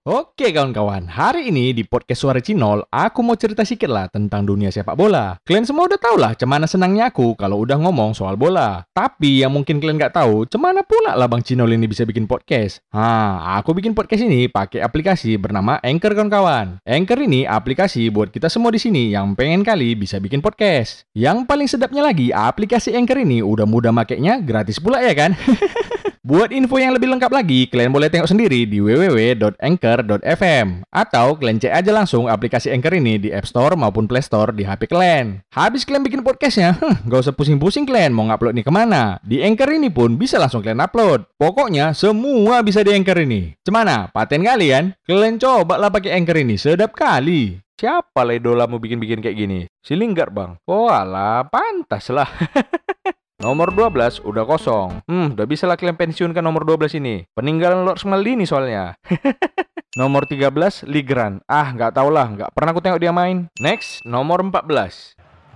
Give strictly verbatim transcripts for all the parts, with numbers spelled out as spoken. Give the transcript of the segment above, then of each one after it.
Oke kawan-kawan, hari ini di podcast Suara Cinol, aku mau cerita sedikit lah tentang dunia sepak bola. Kalian semua udah tau lah cemana senangnya aku kalau udah ngomong soal bola. Tapi yang mungkin kalian nggak tahu, cemana pula lah Bang Cinol ini bisa bikin podcast. Hah, aku bikin podcast ini pakai aplikasi bernama Anchor kawan-kawan. Anchor ini aplikasi buat kita semua di sini yang pengen kali bisa bikin podcast. Yang paling sedapnya lagi, aplikasi Anchor ini udah mudah makainya, gratis pula ya kan? Buat info yang lebih lengkap lagi, kalian boleh tengok sendiri di w w w dot anchor dot f m atau kalian cek aja langsung aplikasi Anchor ini di App Store maupun Play Store di H P kalian. Habis kalian bikin podcastnya, hmm, gak usah pusing-pusing kalian mau ngupload nih kemana. Di Anchor ini pun bisa langsung kalian upload. Pokoknya semua bisa di Anchor ini. Cemana? Paten kali kan? Kalian coba lah pakai Anchor ini, sedap kali. Siapa lah idolamu bikin-bikin kayak gini? Si Lingard bang? Oh alah, pantas lah. Nomor dua belas udah kosong. Hmm, udah bisa lah kalian pensiunkan nomor dua belas ini. Peninggalan Lord Maldini soalnya. Nomor tiga belas, Ligran. Ah, nggak tau lah. Nggak pernah aku tengok dia main. Next, nomor empat belas.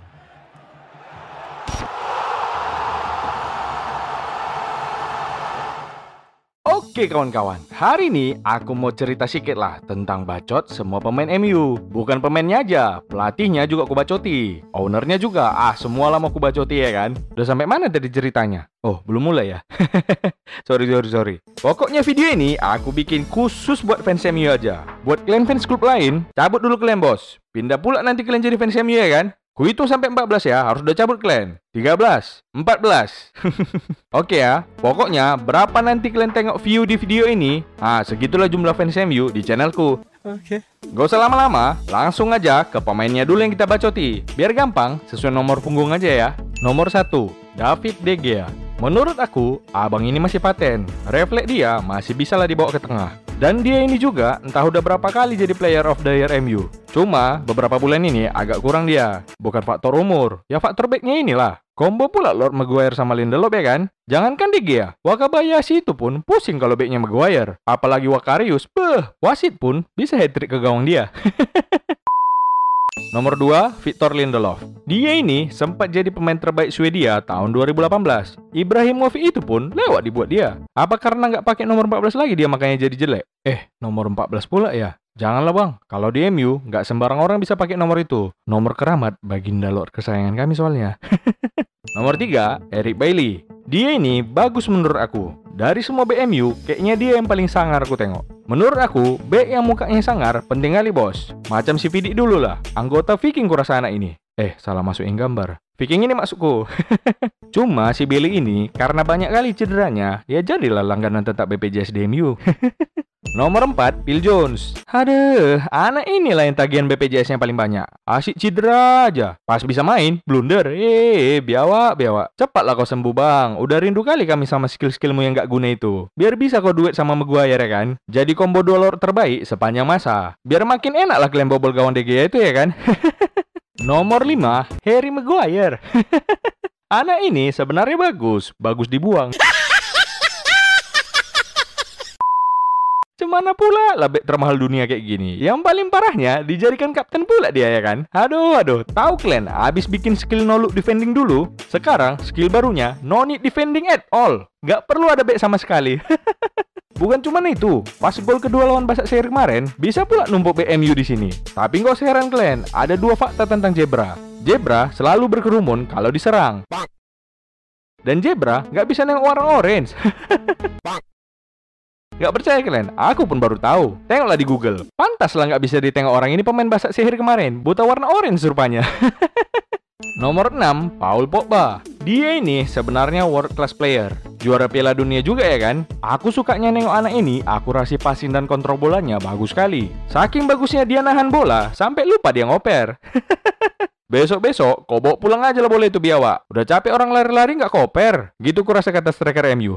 Oke kawan-kawan, hari ini aku mau cerita sedikit lah tentang bacot semua pemain M U. Bukan pemainnya aja, pelatihnya juga aku bacoti, ownernya juga, ah semua lah mau aku bacoti ya kan. Udah sampai mana tadi ceritanya? Oh, belum mulai ya? sorry, sorry, sorry. Pokoknya video ini aku bikin khusus buat fans M U aja. Buat kalian fans klub lain, cabut dulu kalian bos. Pindah pula nanti kalian jadi fans M U ya kan? Kuhitung sampai empat belas ya, harus udah cabut kalian. tiga belas, empat belas. Oke ya, pokoknya berapa nanti kalian tengok view di video ini, ah segitulah jumlah fans M U di channelku. Oke. Gak usah lama-lama, langsung aja ke pemainnya dulu yang kita bacoti. Biar gampang, sesuai nomor punggung aja ya. Nomor satu, David De Gea. Menurut aku, abang ini masih paten. Refleks dia masih bisa lah dibawa ke tengah. Dan dia ini juga entah udah berapa kali jadi player of the year M U. Cuma beberapa bulan ini agak kurang dia. Bukan faktor umur, ya faktor backnya inilah. Combo pula Lord Maguire sama Lindelof ya kan? Jangankan De Gea, Wakabayashi itu pun pusing kalau backnya Maguire. Apalagi Wakarius, beuh, wasit pun bisa hat-trick ke gawang dia. Nomor dua, Victor Lindelof. Dia ini sempat jadi pemain terbaik Swedia tahun dua ribu delapan belas. Ibrahimovic itu pun lewat dibuat dia. Apa karena nggak pakai nomor empat belas lagi dia makanya jadi jelek? Eh, nomor empat belas pula ya? Janganlah bang, kalau di M U nggak sembarang orang bisa pakai nomor itu. Nomor keramat baginda Lord kesayangan kami soalnya. Nomor tiga, Eric Bailly. Dia ini bagus menurut aku. Dari semua B M U, kayaknya dia yang paling sangar aku tengok. Menurut aku, back yang mukanya sangar penting kali bos. Macam si Vidic dulu lah, anggota Viking kurasa anak ini. Eh, salah masukin gambar. Viking ini maksudku. Cuma si Bailey ini, karena banyak kali cederanya, ya jadilah langganan tetap B P J S di M U. Nomor empat, Phil Jones. Aduh, anak inilah yang tagihan B P J S-nya paling banyak. Asyik cedera aja. Pas bisa main, blunder. Eh, biawak, biawak. Cepatlah kau sembuh bang. Udah rindu kali kami sama skill-skillmu yang gak guna itu. Biar bisa kau duet sama Maguire ya kan? Jadi combo dua lord terbaik sepanjang masa. Biar makin enak lah kalian bobol gawang D G itu ya kan? Nomor lima, Harry Maguire. Anak ini sebenarnya bagus. Bagus dibuang. Cemana pula lah bek termahal dunia kayak gini. Yang paling parahnya dijadikan kapten pula dia ya kan. Aduh aduh, tahu kalian abis bikin skill no look defending dulu, sekarang skill barunya no need defending at all. Gak perlu ada bek sama sekali. Bukan cuma itu, pas gol kedua lawan Başakşehir kemarin bisa pula numpuk B M U di sini. Tapi nggak usah heran kalian, ada dua fakta tentang Zebra. Zebra selalu berkerumun kalau diserang. Dan Zebra nggak bisa nengok warna orange. Gak percaya kalian? Aku pun baru tahu. Tengoklah di Google. Pantas lah nggak bisa ditengok orang ini pemain Başakşehir kemarin. Buta warna orange rupanya. Nomor enam, Paul Pogba. Dia ini sebenarnya world class player. Juara Piala Dunia juga ya kan? Aku sukanya nengok anak ini, akurasi passing dan kontrol bolanya bagus sekali. Saking bagusnya dia nahan bola, sampai lupa dia ngoper. Besok-besok, kau bawa pulang aja lah boleh itu biawak. Udah capek orang lari-lari nggak koper. Gitu kurasa kata striker M U.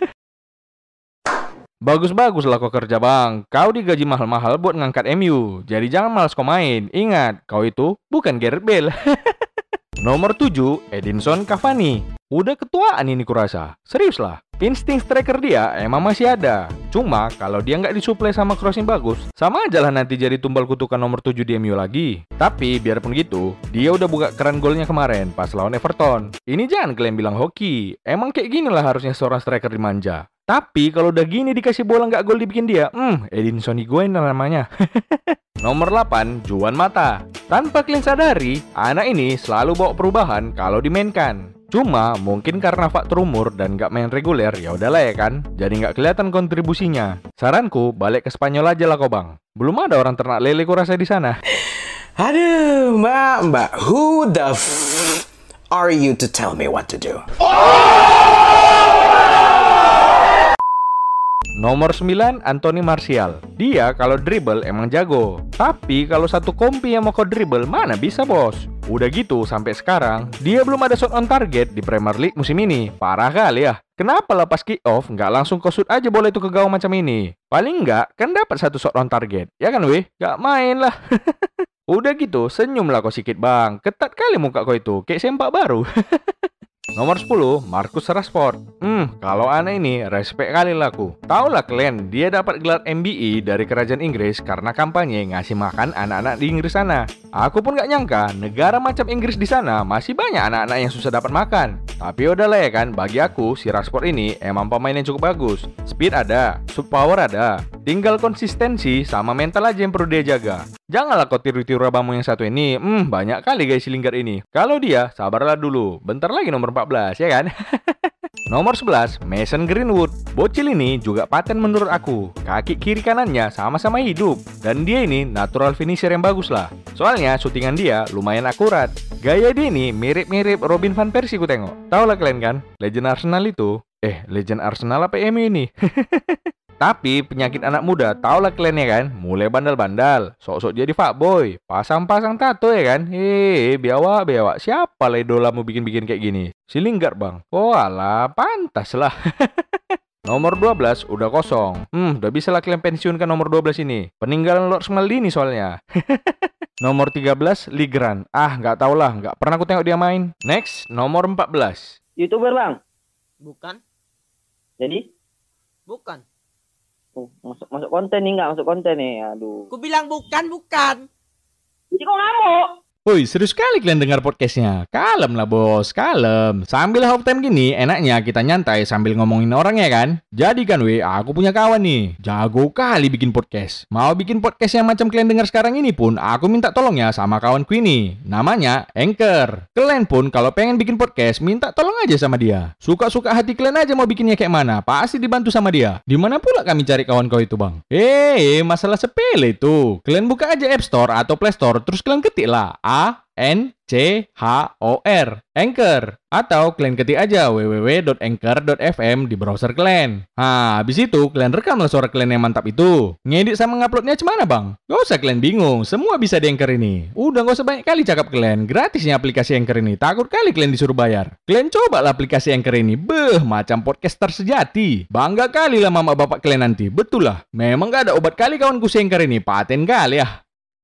Bagus-bagus lah kau kerja bang. Kau digaji mahal-mahal buat ngangkat M U. Jadi jangan malas kau main. Ingat, kau itu bukan Gareth Bale. Nomor tujuh, Edinson Cavani. Udah ketuaan ini kurasa. Serius lah. Insting striker dia emang masih ada. Cuma kalau dia nggak disuplai sama crossing bagus, sama aja lah nanti jadi tumbal kutukan nomor tujuh di M U lagi. Tapi biarpun gitu, dia udah buka keran golnya kemarin pas lawan Everton. Ini jangan kalian bilang hoki. Emang kayak gini lah harusnya seorang striker dimanja. Tapi kalau udah gini dikasih bola nggak gol dibikin dia, hmm, Edinson Higuain namanya. Nomor delapan, Juan Mata. Tanpa kalian sadari, anak ini selalu bawa perubahan kalau dimainkan. Cuma mungkin karena faktor umur dan nggak main reguler, ya udahlah ya kan. Jadi nggak kelihatan kontribusinya. Saranku balik ke Spanyol aja lah kau bang. Belum ada orang ternak lele ku rasa di sana. Aduh, mbak, mbak, who the f are you to tell me what to do? Nomor sembilan, Anthony Martial. Dia kalau dribble emang jago. Tapi kalau satu kompi yang mau kau dribble, mana bisa bos? Udah gitu sampai sekarang, dia belum ada shot on target di Premier League musim ini. Parah kali ya. Kenapa lepas kick off nggak langsung kau shoot aja bola itu ke gawang macam ini? Paling nggak kan dapat satu shot on target. Ya kan weh? Nggak main lah. Udah gitu, senyumlah kau sikit bang. Ketat kali muka kau itu, kayak sempak baru. Nomor sepuluh, Marcus Rashford. Hmm, kalau aneh ini, respect kali lah aku. Taulah kalian, dia dapat gelar M B E dari kerajaan Inggris karena kampanye ngasih makan anak-anak di Inggris sana. Aku pun gak nyangka, negara macam Inggris di sana masih banyak anak-anak yang susah dapat makan. Tapi udahlah ya kan, bagi aku, si Rashford ini emang pemain yang cukup bagus. Speed ada, shoot power ada. Tinggal konsistensi sama mental aja yang perlu dia jaga. Janganlah kau tiru-tiru abangmu yang satu ini. Hmm, banyak kali guys si lingkar ini. Kalau dia, sabarlah dulu. Bentar lagi nomor empat belas, ya kan? Nomor sebelas, Mason Greenwood. Bocil ini juga paten menurut aku. Kaki kiri kanannya sama-sama hidup. Dan dia ini natural finisher yang bagus lah. Soalnya syutingan dia lumayan akurat. Gaya dia ini mirip-mirip Robin van Persie ku tengok. Tahu lah kalian kan? Legend Arsenal itu. Eh, legend Arsenal apa M U ini? Tapi penyakit anak muda, tau lah kalian ya kan, mulai bandal-bandal, sok-sok jadi fuckboy, pasang-pasang tato ya kan. Hehehe, biawak-biawak, siapa lah idola mau bikin-bikin kayak gini? Si Lingard bang. Oh alah, pantas lah. Nomor dua belas udah kosong. Hmm, udah bisa lah kalian pensiunkan nomor dua belas ini. Peninggalan Lord Maldini soalnya. Nomor tiga belas, Ligran. Ah, nggak tau lah, nggak pernah aku tengok dia main. Next, nomor empat belas. YouTuber bang? Bukan. Jadi? Bukan. Oh, masuk masuk konten nih nggak masuk konten nih, aduh. Ku bilang bukan, bukan. Jadi kok ngamuk? Woi, serius sekali kalian dengar podcastnya. Kalem lah bos, kalem. Sambil half time gini, enaknya kita nyantai sambil ngomongin orang ya kan. Jadi kan weh, aku punya kawan nih, jago kali bikin podcast. Mau bikin podcast yang macam kalian dengar sekarang ini pun, aku minta tolongnya sama kawanku ini. Namanya Anchor. Kalian pun kalau pengen bikin podcast, minta tolong aja sama dia. Suka-suka hati kalian aja mau bikinnya kayak mana, pasti dibantu sama dia. Dimana pula kami cari kawan kau itu bang? Eh, masalah sepele itu. Kalian buka aja App Store atau Play Store, terus kalian ketik lah A N C H O R, Anchor. Atau kalian ketik aja w w w dot anchor dot f m di browser kalian. Nah, habis itu kalian rekamlah suara kalian yang mantap itu. Ngedit sama nguploadnya cemana bang? Gak usah kalian bingung, semua bisa di Anchor ini. Udah gak usah banyak kali cakap kalian, gratisnya aplikasi Anchor ini. Takut kali kalian disuruh bayar. Kalian cobalah aplikasi Anchor ini, beh, macam podcaster sejati. Bangga kali lah mama bapak kalian nanti, betul lah. Memang gak ada obat kali kawanku si Anchor ini, paten kali ya.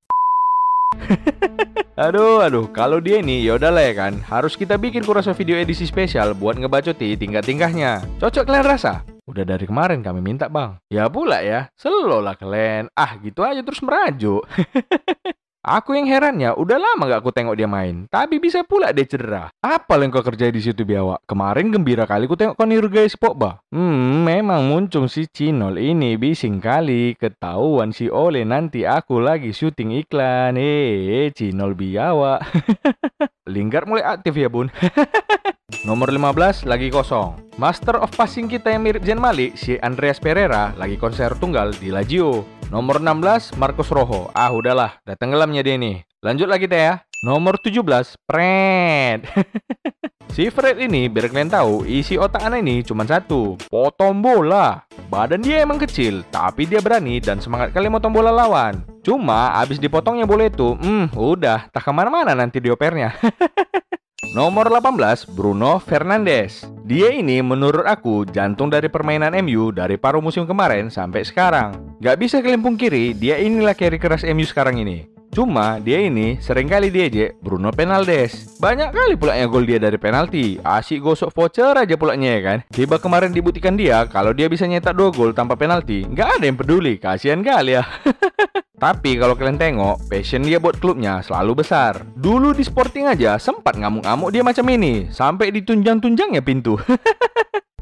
Aduh, aduh, kalau dia ini yaudah lah ya kan. Harus kita bikin kurasa video edisi spesial buat ngebacoti tingkah-tingkahnya. Cocok kalian rasa? Udah dari kemarin kami minta bang. Ya pula ya, selo lah kalian. Ah gitu aja terus merajuk. Aku yang herannya, udah lama gak aku tengok dia main. Tapi bisa pula dia cedera. Apa yang kau kerjain di situ biawak? Kemarin gembira kali ku tengok kau niru gaya si Pogba. Hmm, memang muncung si Cinol ini bising kali. Ketahuan si Ole nanti aku lagi syuting iklan. Eh, Cinol biawak. Lingard mulai aktif ya bun. Nomor lima belas lagi kosong. Master of passing kita yang mirip Zain Malik, si Andreas Pereira, lagi konser tunggal di Lazio. Nomor enam belas Marcos Rojo. Ah udahlah, udah tenggelamnya dia nih. Lanjut lagi kita ya. Nomor tujuh belas Fred. Si Fred ini biar kalian tahu, isi otak anak ini cuma satu, potong bola. Badan dia emang kecil, tapi dia berani dan semangat kali motong bola lawan. Cuma abis dipotongnya bola itu, hmm udah tak kemana-mana nanti diopernya. Nomor delapan belas Bruno Fernandes. Dia ini menurut aku jantung dari permainan M U dari paruh musim kemarin sampai sekarang. Gak bisa kalian pungkiri, dia inilah carry keras M U sekarang ini. Cuma dia ini seringkali diejek Bruno Fernandes. Banyak kali pulanya gol dia dari penalti. Asik gosok voucher aja pulanya ya kan. Tiba kemarin dibuktikan dia kalau dia bisa nyetak dua gol tanpa penalti. Gak ada yang peduli, kasihan kali ya. Tapi kalau kalian tengok, passion dia buat klubnya selalu besar. Dulu di Sporting aja sempat ngamuk-ngamuk dia macam ini, sampai ditunjang-tunjangnya pintu.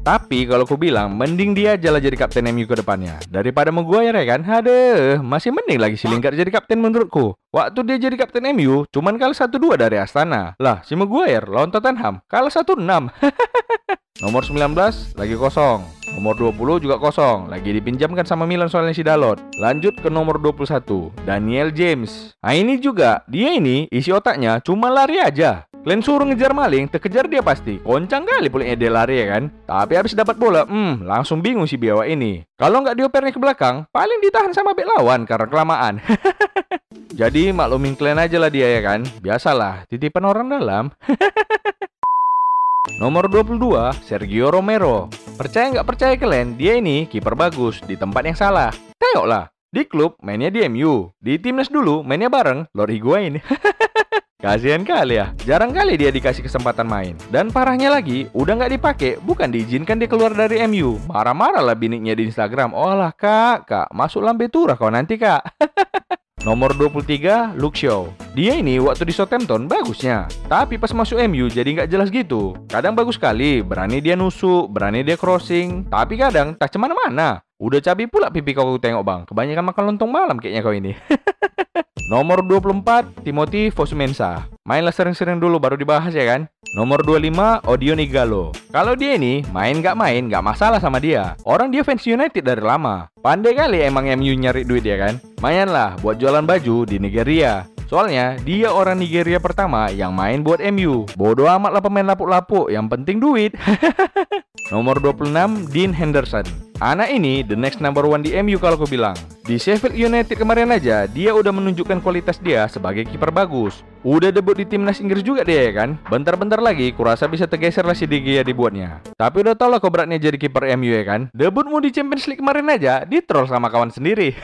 Tapi kalau aku bilang, mending dia aja lah jadi kapten M U ke depannya daripada Maguire ya kan. Aduh, masih mending lagi si Lingard jadi kapten menurutku. Waktu dia jadi kapten M U, cuman kalah satu dua dari Astana. Lah, si Maguire lawan Tottenham kalah satu enam. Nomor sembilan belas lagi kosong. Nomor dua puluh juga kosong, lagi dipinjamkan sama Milan soalnya si Dalot. Lanjut ke nomor dua puluh satu, Daniel James. Nah ini juga, dia ini isi otaknya cuma lari aja. Kalian suruh ngejar maling, terkejar dia pasti. Koncang kali pulangnya dia lari ya kan. Tapi habis dapat bola, hmm, langsung bingung si biawak ini. Kalau nggak diopernya ke belakang, paling ditahan sama bek lawan karena kelamaan. Jadi maklumin kalian aja lah dia ya kan. Biasalah, titipan orang dalam. Nomor dua puluh dua, Sergio Romero. Percaya nggak percaya kalian, dia ini kiper bagus di tempat yang salah. Tengoklah, di klub mainnya di M U, di timnas dulu mainnya bareng Lord Higuain. Kasihan kali ya, jarang kali dia dikasih kesempatan main. Dan parahnya lagi, udah nggak dipakai, bukan diizinkan dia keluar dari M U. Marah-marah lah biniknya di Instagram. Oh lah kak, kak, masuk lambe turah kau nanti kak. Nomor dua puluh tiga, Luke Shaw. Dia ini waktu di Southampton bagusnya, tapi pas masuk M U jadi nggak jelas gitu. Kadang bagus sekali, berani dia nusuk, berani dia crossing, tapi kadang tak cemana-mana. Udah cabi pula pipi kau tengok bang, kebanyakan makan lontong malam kayaknya kau ini. Nomor dua puluh empat, Timothy Fosu-Mensah. Mainlah sering-sering dulu baru dibahas ya kan. Nomor dua puluh lima, Odion Ighalo. Kalau dia ini main nggak main nggak masalah sama dia. Orang dia fans United dari lama. Pandai kali emang M U nyari duit ya kan. Mayan lah buat jualan baju di Nigeria. Soalnya dia orang Nigeria pertama yang main buat M U. Bodoh amat lah pemain lapuk-lapuk, yang penting duit. Nomor dua puluh enam, Dean Henderson. Anak ini the next number one di M U kalau aku bilang. Di Sheffield United kemarin aja dia udah menunjukkan kualitas dia sebagai kiper bagus. Udah debut di timnas Inggris juga dia ya kan. Bentar-bentar lagi kurasa bisa tergeser lah si De Gea dibuatnya. Tapi udah tau lah kau beratnya jadi kiper M U ya kan. Debutmu di Champions League kemarin aja di-troll sama kawan sendiri.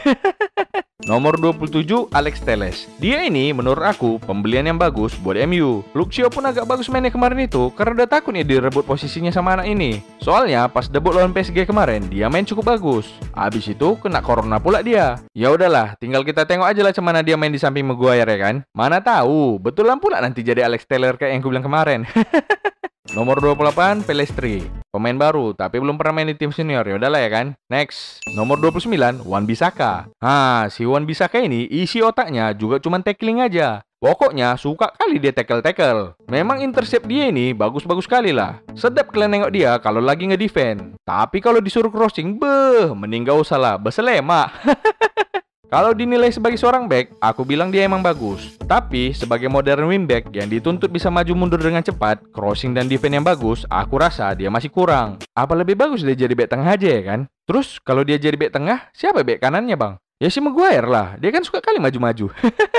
Nomor dua puluh tujuh, Alex Telles. Dia ini menurut aku pembelian yang bagus buat M U. Luke Shaw pun agak bagus mainnya kemarin itu karena udah takut nih direbut posisinya sama anak ini. Soalnya pas debut lawan P S G kemarin dia main cukup bagus. Abis itu kena corona pula dia. Ya udahlah, tinggal kita tengok aja lah cemana dia main di samping Maguire ya kan. Mana tahu, betulan pula nanti jadi Alex Telles kayak yang gue bilang kemarin. Nomor dua puluh delapan, Pelestri. Pemain baru, tapi belum pernah main di tim senior, ya udahlah ya kan. Next, nomor dua puluh sembilan, Wan-Bissaka. Nah, si Wan-Bissaka ini isi otaknya juga cuma tackling aja. Pokoknya suka kali dia tackle-tackle. Memang intercept dia ini bagus-bagus kali lah. Sedap kalian nengok dia kalau lagi nge-defend. Tapi kalau disuruh crossing, beuh, mending gak usah lah, beselema. Kalau dinilai sebagai seorang back, aku bilang dia emang bagus. Tapi sebagai modern wingback yang dituntut bisa maju mundur dengan cepat, crossing dan defense yang bagus, aku rasa dia masih kurang. Apa lebih bagus dia jadi back tengah aja ya kan? Terus kalau dia jadi back tengah, siapa back kanannya bang? Ya si Maguire lah, dia kan suka kali maju-maju.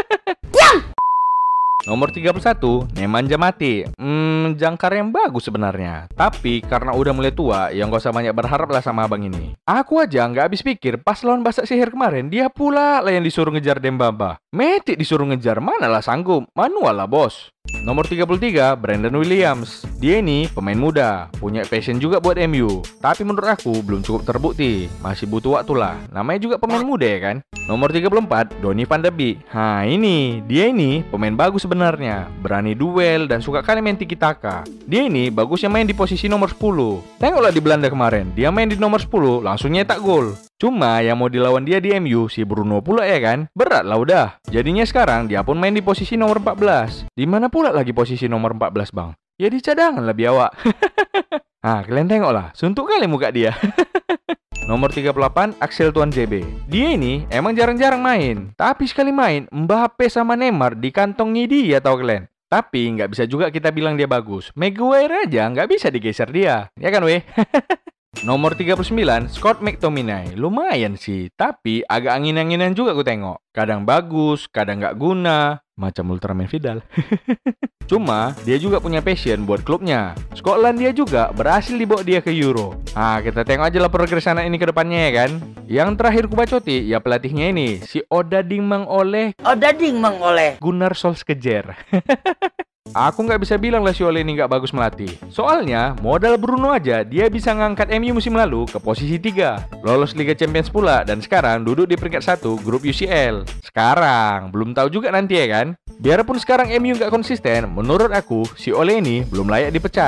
Nomor tiga puluh satu, Nemanja Matic. Hmm, jangkar yang bagus sebenarnya. Tapi karena udah mulai tua, ya nggak usah banyak berharap lah sama abang ini. Aku aja nggak habis pikir pas lawan Basak Sihir kemarin, dia pula lah yang disuruh ngejar Dembaba. Matic disuruh ngejar, mana lah sanggup. Manual lah bos. Nomor tiga puluh tiga, Brandon Williams. Dia ini pemain muda, punya passion juga buat M U. Tapi menurut aku belum cukup terbukti, masih butuh waktu lah. Namanya juga pemain muda ya kan. Nomor tiga puluh empat, Donny van de Beek. Nah ini, dia ini pemain bagus sebenarnya. Berani duel dan suka kali main tiki-taka. Dia ini bagusnya main di posisi nomor sepuluh. Tengoklah di Belanda kemarin, dia main di nomor sepuluh, langsung nyetak gol. Cuma yang mau dilawan dia di M U si Bruno pula ya kan. Berat lah udah. Jadinya sekarang dia pun main di posisi nomor empat belas. Di mana pula lagi posisi nomor empat belas bang? Ya di cadangan lah biawak. Nah kalian tengok lah, suntuk kali muka dia. Nomor tiga puluh delapan, Axel Tuan J B. Dia ini emang jarang-jarang main. Tapi sekali main, Mbappe sama Neymar dikantongi dia tau kalian. Tapi nggak bisa juga kita bilang dia bagus. Maguire aja nggak bisa digeser dia. Ya kan weh? Nomor tiga puluh sembilan, Scott McTominay. Lumayan sih, tapi agak angin-anginan juga aku tengok. Kadang bagus, kadang nggak guna. Macam Ultraman Vidal. Cuma, dia juga punya passion buat klubnya. Scotland dia juga berhasil dibawa dia ke Euro. Nah, kita tengok aja lah progres anak ini ke depannya ya kan. Yang terakhir ku bacoti, ya pelatihnya ini. Si Odading Mang Oleh. Odading Mang Oleh. Gunnar Solskjaer. Aku nggak bisa bilang lah si Ole ini nggak bagus melatih. Soalnya modal Bruno aja dia bisa ngangkat M U musim lalu ke posisi tiga, lolos Liga Champions pula, dan sekarang duduk di peringkat satu grup U C L. Sekarang belum tahu juga nanti ya kan. Biarpun sekarang M U nggak konsisten, menurut aku si Ole ini belum layak dipecat.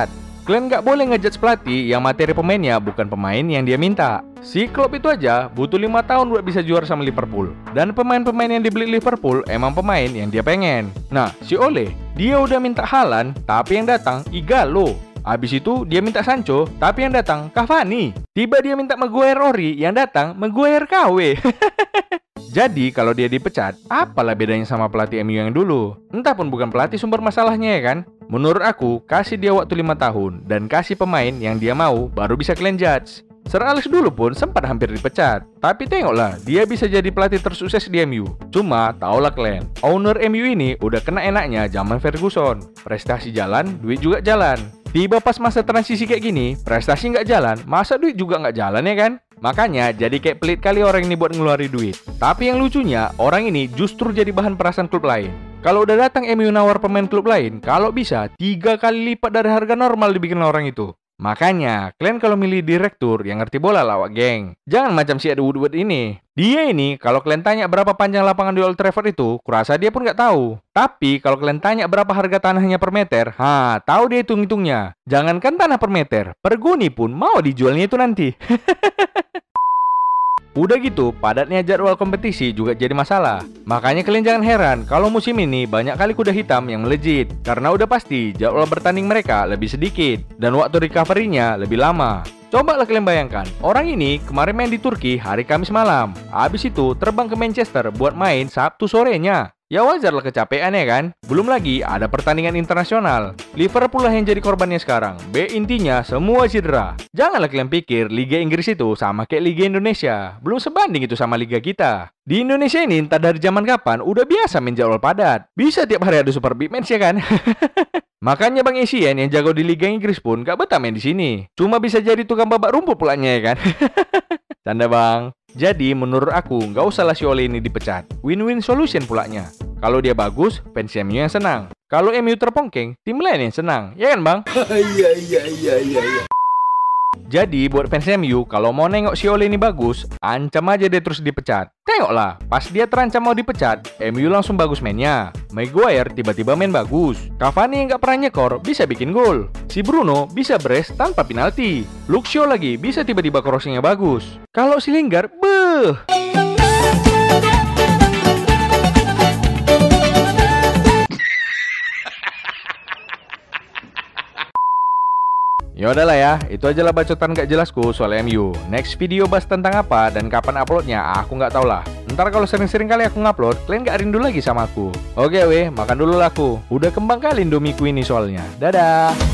Kalian nggak boleh ngejudge pelatih yang materi pemainnya bukan pemain yang dia minta. Si Klopp itu aja butuh lima tahun buat bisa juara sama Liverpool. Dan pemain-pemain yang dibeli Liverpool emang pemain yang dia pengen. Nah, si Ole, dia udah minta Haaland, tapi yang datang Igalo. Abis itu dia minta Sancho, tapi yang datang Cavani. Tiba dia minta Maguire Ori, yang datang Maguire K W. Jadi kalau dia dipecat, apalah bedanya sama pelatih M U yang dulu? Entah pun bukan pelatih sumber masalahnya ya kan? Menurut aku, kasih dia waktu lima tahun dan kasih pemain yang dia mau, baru bisa kalian judge. Sir Alex dulu pun sempat hampir dipecat. Tapi tengoklah, dia bisa jadi pelatih tersukses di M U. Cuma, taulah kalian, owner M U ini udah kena enaknya zaman Ferguson. Prestasi jalan, duit juga jalan. Tiba pas masa transisi kayak gini, prestasi nggak jalan, masa duit juga nggak jalan ya kan? Makanya jadi kayak pelit kali orang ini buat ngeluarin duit. Tapi yang lucunya, orang ini justru jadi bahan perasaan klub lain. Kalau udah datang M U nawar pemain klub lain, kalau bisa tiga kali lipat dari harga normal dibikin orang itu. Makanya, kalian kalau milih direktur yang ngerti bola lawak geng. Jangan macam si Ed Woodward ini. Dia ini, kalau kalian tanya berapa panjang lapangan di Old Trafford itu, kurasa dia pun nggak tahu. Tapi, kalau kalian tanya berapa harga tanahnya per meter, ha, tahu dia hitung-hitungnya. Jangankan tanah per meter, per guni pun mau dijualnya itu nanti. Udah gitu, padatnya jadwal kompetisi juga jadi masalah. Makanya kalian jangan heran kalau musim ini banyak kali kuda hitam yang melejit. Karena udah pasti jadwal bertanding mereka lebih sedikit dan waktu recovery-nya lebih lama. Cobalah kalian bayangkan, orang ini kemarin main di Turki hari Kamis malam. Habis itu terbang ke Manchester buat main Sabtu sorenya. Ya wajar lah kecapean ya kan? Belum lagi ada pertandingan internasional. Liverpool lah yang jadi korbannya sekarang. B intinya semua cedera. Janganlah kalian pikir Liga Inggris itu sama kayak Liga Indonesia. Belum sebanding itu sama Liga kita. Di Indonesia ini entah dari zaman kapan udah biasa main jadwal padat. Bisa tiap hari ada super big match ya kan? Makanya Bang Essien yang jago di Liga Inggris pun gak betah main di sini. Cuma bisa jadi tukang babak rumput pulanya ya kan? Canda bang. Jadi menurut aku nggak usahlah si Ole ini dipecat. Win-win solution pulanya. Kalau dia bagus, fans M U yang senang. Kalau M U terpongkeng, tim lain yang senang. Ya kan bang? Iya iya iya iya. Jadi buat fans M U, kalau mau nengok si Ole ini bagus, ancam aja dia terus dipecat. Tengoklah, pas dia terancam mau dipecat, M U langsung bagus mainnya. Maguire tiba-tiba main bagus. Cavani yang nggak pernah nyekor, bisa bikin gol. Si Bruno bisa brace tanpa penalti. Luke Shaw lagi bisa tiba-tiba crossingnya bagus. Kalau si Lingard, beuh. Ya udahlah ya, itu aja lah bacotan gak jelasku soal M U. Next video bahas tentang apa dan kapan uploadnya, aku nggak tahu lah. Ntar kalau sering-sering kali aku ngupload, kalian gak rindu lagi sama aku. Oke weh, makan dulu lah aku. Udah kembang kali Indomieku ini soalnya. Dadah.